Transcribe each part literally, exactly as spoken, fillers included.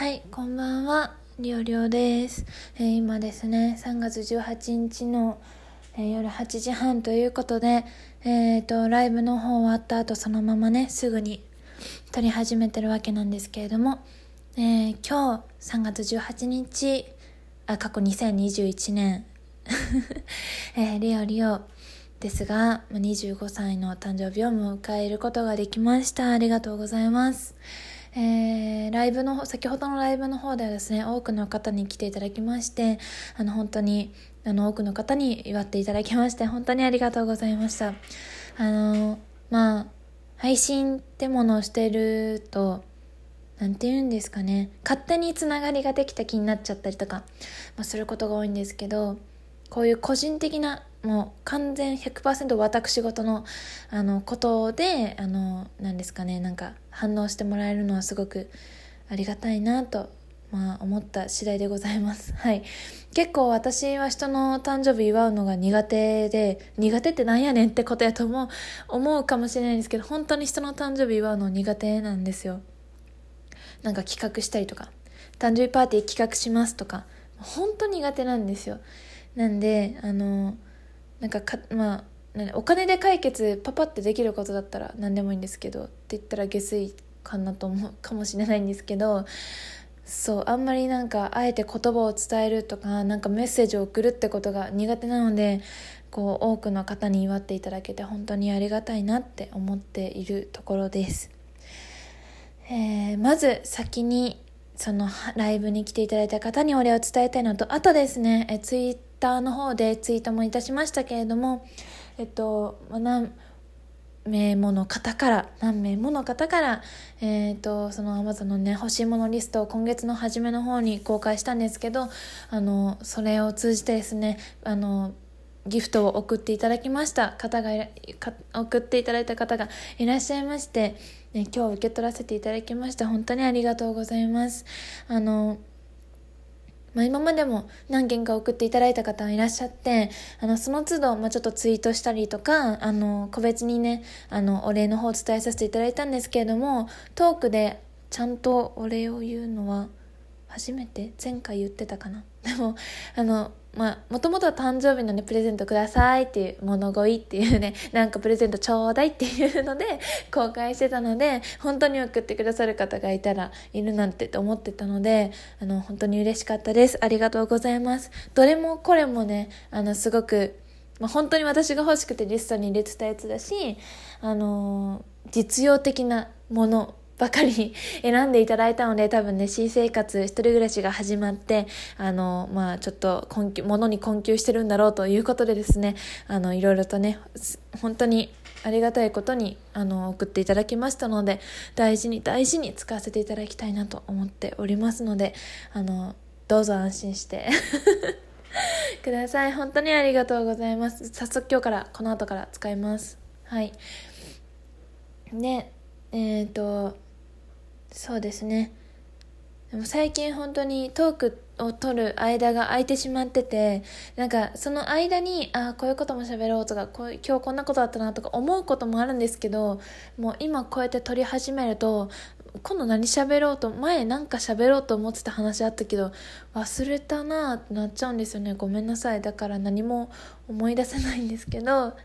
はい、こんばんは、りょうりょうです。えー、今ですね、さんがつじゅうはちにちの、えー、夜はちじはんということで、えーと、ライブの方終わった後、そのままね、すぐに撮り始めてるわけなんですけれども、えー、今日さんがつじゅうはちにち、あ、過去にせんにじゅういちねん、えー、リオリオですが、にじゅうごさいの誕生日を迎えることができました。ありがとうございます。えー、ライブの方、先ほどのライブの方ではですね、多くの方に来ていただきまして、あの、本当に、あの、多くの方に祝っていただきまして、本当にありがとうございました。あの、まあ、配信ってものをしていると、なんて言うんですかね、勝手につながりができた気になっちゃったりとか、まあ、することが多いんですけど、こういう個人的なもう完全 ひゃくパーセント 私事のあのことであのなんですかねなんか反応してもらえるのはすごくありがたいなと、まあ、思った次第でございます。はい。結構私は人の誕生日祝うのが苦手で、苦手ってなんやねんってことやと思う思うかもしれないんですけど、本当に人の誕生日祝うの苦手なんですよ。なんか企画したりとか、誕生日パーティー企画しますとか、本当苦手なんですよ。なんであのなんかかまあお金で解決パパってできることだったら何でもいいんですけどって言ったら下水かなと思うかもしれないんですけど、そうあんまりなんかあえて言葉を伝えるとかなんかメッセージを送るってことが苦手なので、こう多くの方に祝っていただけて本当にありがたいなって思っているところです。えー、まず先にそのライブに来ていただいた方にお礼を伝えたいのと、あとですね、えツイッターの方でツイートもいたしましたけれども、えっと何名もの方から何名もの方からえっとその Amazon のね欲しいものリストを今月の初めの方に公開したんですけど、あのそれを通じてですね、あのギフトを送っていただきました方がいらか送っていただいた方がいらっしゃいまして、ね、今日受け取らせていただきました。本当にありがとうございます。あのまあ、今までも何件か送っていただいた方いらっしゃって、あのその都度、まあ、ちょっとツイートしたりとか、あの個別にねあのお礼の方を伝えさせていただいたんですけれども、トークでちゃんとお礼を言うのは初めて、前回言ってたかな。でもあのまあもともとは誕生日のねプレゼントくださいっていう物乞いっていうね、なんかプレゼントちょうだいっていうので公開してたので、本当に送ってくださる方がいたらいるなんてと思ってたので、あの本当に嬉しかったです。ありがとうございます。どれもこれもねあのすごく、まあ、本当に私が欲しくてリストに入れてたやつだし、あの実用的なものばかり選んでいただいたので、多分ね新生活一人暮らしが始まってあのまあちょっと困窮物に困窮してるんだろうということでですね、あのいろいろとね本当にありがたいことにあの送っていただきましたので、大事に大事に使わせていただきたいなと思っておりますので、あのどうぞ安心してください。本当にありがとうございます。早速今日からこの後から使います。はい。でえっ、ー、とそうですね。でも最近本当にトークを取る間が空いてしまってて、なんかその間にあこういうことも喋ろうとか、こう今日こんなことあったなとか思うこともあるんですけど、もう今こうやって撮り始めると今度何喋ろうと、前なんか喋ろうと思ってた話あったけど忘れたなってなっちゃうんですよね。ごめんなさい。だから何も思い出せないんですけどあ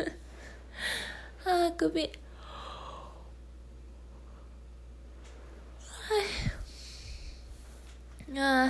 ー首あ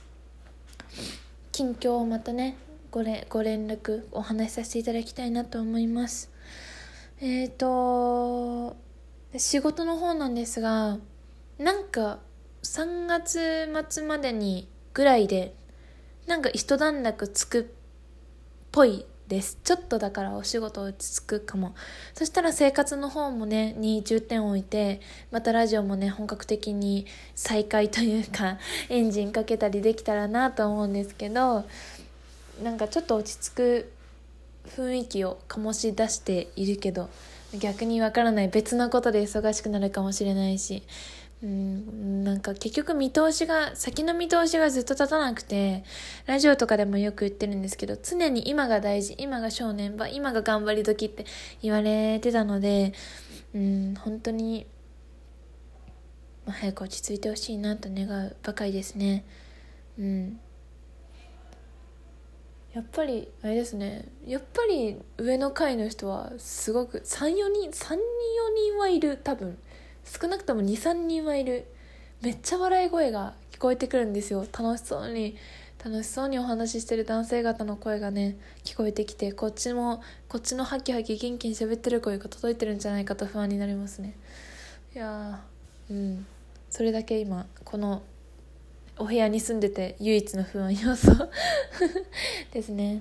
近況をまたねごれご連絡お話しさせていただきたいなと思います。えーと仕事の方なんですが、なんかさんがつ末までにぐらいでなんか一段落つくっぽいです。ちょっとだからお仕事落ち着くかも。そしたら生活の方もねに重点を置いて、またラジオもね本格的に再開というかエンジンかけたりできたらなと思うんですけど、なんかちょっと落ち着く雰囲気を醸し出しているけど、逆にわからない、別なことで忙しくなるかもしれないし、うん、なんか結局見通しが先の見通しがずっと立たなくて、ラジオとかでもよく言ってるんですけど、常に今が大事、今が正念場、今が頑張り時って言われてたので、うん、本当にまあ、早く落ち着いてほしいなと願うばかりですね。うんやっぱりあれですねやっぱり上の階の人はすごくさん、よにんさんにんよにんはいる。多分少なくともに、さんにんはいる。めっちゃ笑い声が聞こえてくるんですよ。楽しそうに楽しそうにお話ししてる男性方の声がね聞こえてきて、こっちもこっちのハキハキ元気に喋ってる声が届いてるんじゃないかと不安になりますね。いやーうんそれだけ今このお部屋に住んでて唯一の不安要素ですね。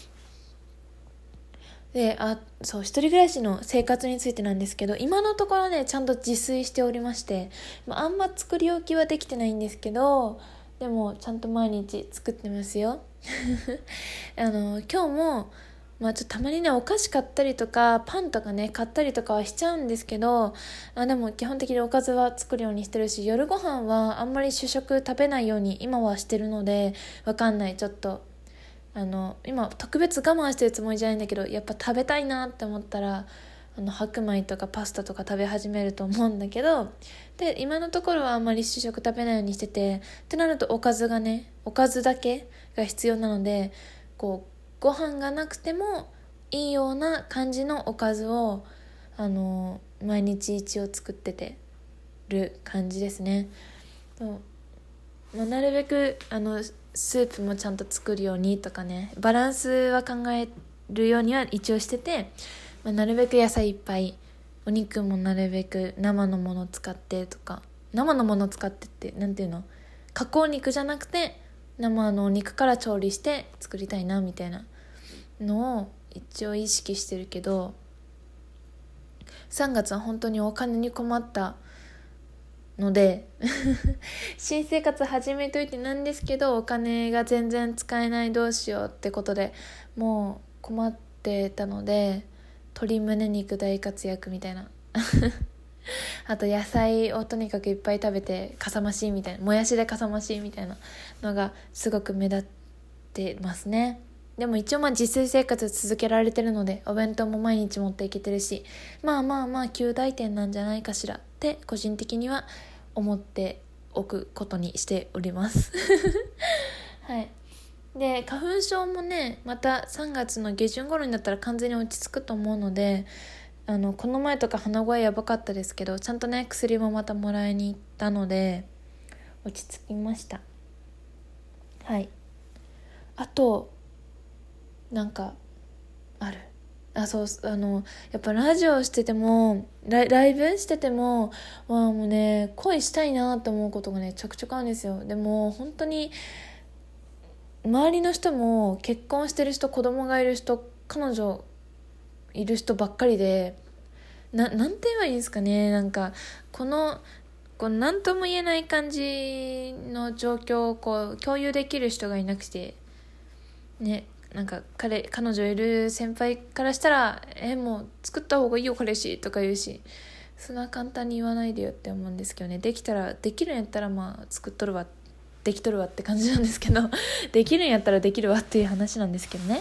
で、あ、そう、一人暮らしの生活についてなんですけど、今のところね、ちゃんと自炊しておりまして、まあ、あんま作り置きはできてないんですけど、でもちゃんと毎日作ってますよ。あの、今日も、まあちょっとたまにね、お菓子買ったりとか、パンとかね、買ったりとかはしちゃうんですけど、あでも基本的におかずは作るようにしてるし、夜ご飯はあんまり主食食べないように今はしてるので、わかんない、ちょっと。あの今特別我慢してるつもりじゃないんだけど、やっぱ食べたいなって思ったらあの白米とかパスタとか食べ始めると思うんだけど、で今のところはあんまり主食食べないようにしてて、ってなるとおかずがねおかずだけが必要なので、こうご飯がなくてもいいような感じのおかずをあの毎日一応作っててる感じですね。そうまあ、なるべくあのスープもちゃんと作るようにとかね、バランスは考えるようには一応してて、まあ、なるべく野菜いっぱい、お肉もなるべく生のものを使ってとか、生のものを使ってってなんていうの、加工肉じゃなくて生のお肉から調理して作りたいなみたいなのを一応意識してるけど、さんがつは本当にお金に困ったので新生活始めといてなんですけど、お金が全然使えない、どうしようってことでもう困ってたので、鶏胸肉大活躍みたいなあと野菜をとにかくいっぱい食べてかさ増しみたいな、もやしでかさ増しみたいなのがすごく目立ってますね。でも一応まあ自炊生活続けられてるので、お弁当も毎日持っていけてるし、まあまあまあ及第点なんじゃないかしらって個人的には思っておくことにしておりますはい。で花粉症もねまたさんがつの下旬頃になったら完全に落ち着くと思うので、あのこの前とか鼻声やばかったですけど、ちゃんとね薬もまたもらいに行ったので落ち着きました。はい。あとなんかあるあそうあのやっぱラジオしててもライ、ライブしててもわあもうね恋したいなと思うことがねちょくちょくあるんですよ。でも本当に周りの人も結婚してる人、子供がいる人、彼女いる人ばっかりで、ななんて言えばいいんですかね、なんかこのこう何とも言えない感じの状況をこう共有できる人がいなくてね、なんか彼彼女いる先輩からしたらえもう作った方がいいよ彼氏とか言うし、そんな簡単に言わないでよって思うんですけどね。できたらできるんやったらまあ作っとるわできとるわって感じなんですけどできるんやったらできるわっていう話なんですけどね。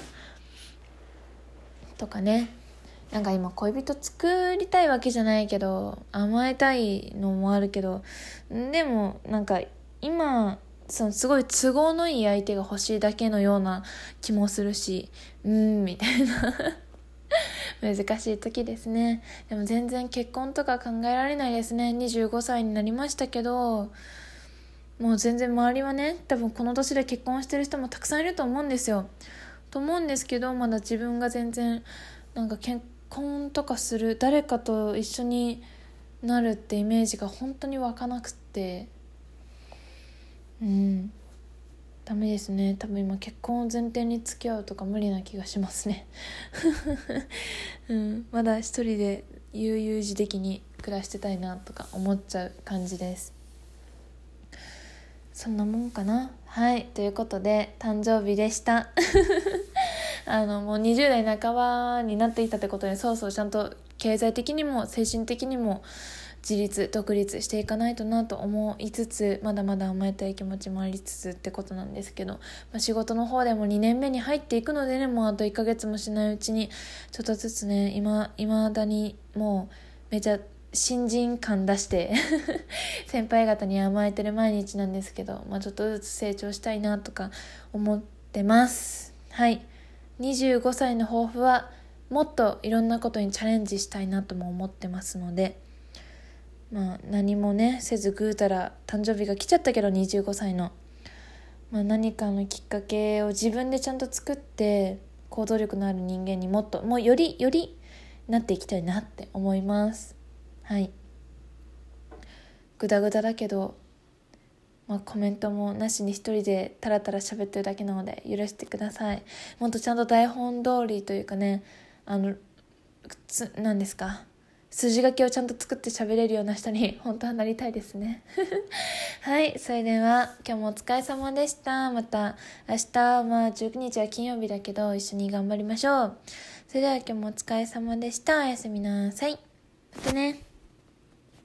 とかね、なんか今恋人作りたいわけじゃないけど甘えたいのもあるけど、でもなんか今そのすごい都合のいい相手が欲しいだけのような気もするし、うーんみたいな難しい時ですね。でも全然結婚とか考えられないですね。にじゅうごさいになりましたけど、もう全然周りはね多分この年で結婚してる人もたくさんいると思うんですよと思うんですけど、まだ自分が全然なんか結婚とかする、誰かと一緒になるってイメージが本当に湧かなくって、うんダメですね。多分今結婚を前提に付き合うとか無理な気がしますね、うん、まだ一人で悠々自適に暮らしてたいなとか思っちゃう感じです。そんなもんかな。はい、ということで誕生日でしたあのもうにじゅう代半ばになっていたってことで、そうそうちゃんと経済的にも精神的にも自立独立していかないとなと思いつつ、まだまだ甘えたい気持ちもありつつってことなんですけど、まあ、仕事の方でもにねんめに入っていくのでね、もうあといっかげつもしないうちにちょっとずつね今未だにもうめちゃ新人感出して先輩方に甘えてる毎日なんですけど、まあ、ちょっとずつ成長したいなとか思ってます。はい。にじゅうごさいの抱負はもっといろんなことにチャレンジしたいなとも思ってますので、まあ何もねせずぐうたら誕生日が来ちゃったけどにじゅうごさいの、まあ、何かのきっかけを自分でちゃんと作って行動力のある人間にもっともうよりよりなっていきたいなって思います。はい。グダグダだけど、まあ、コメントもなしに一人でタラタラ喋ってるだけなので許してください。もっとちゃんと台本通りというかね、あのつ何ですか筋書きをちゃんと作って喋れるような人に本当はなりたいですねはい。それでは今日もお疲れ様でした。また明日、まあじゅうくにちは金曜日だけど一緒に頑張りましょう。それでは今日もお疲れ様でした。おやすみなさい。またね。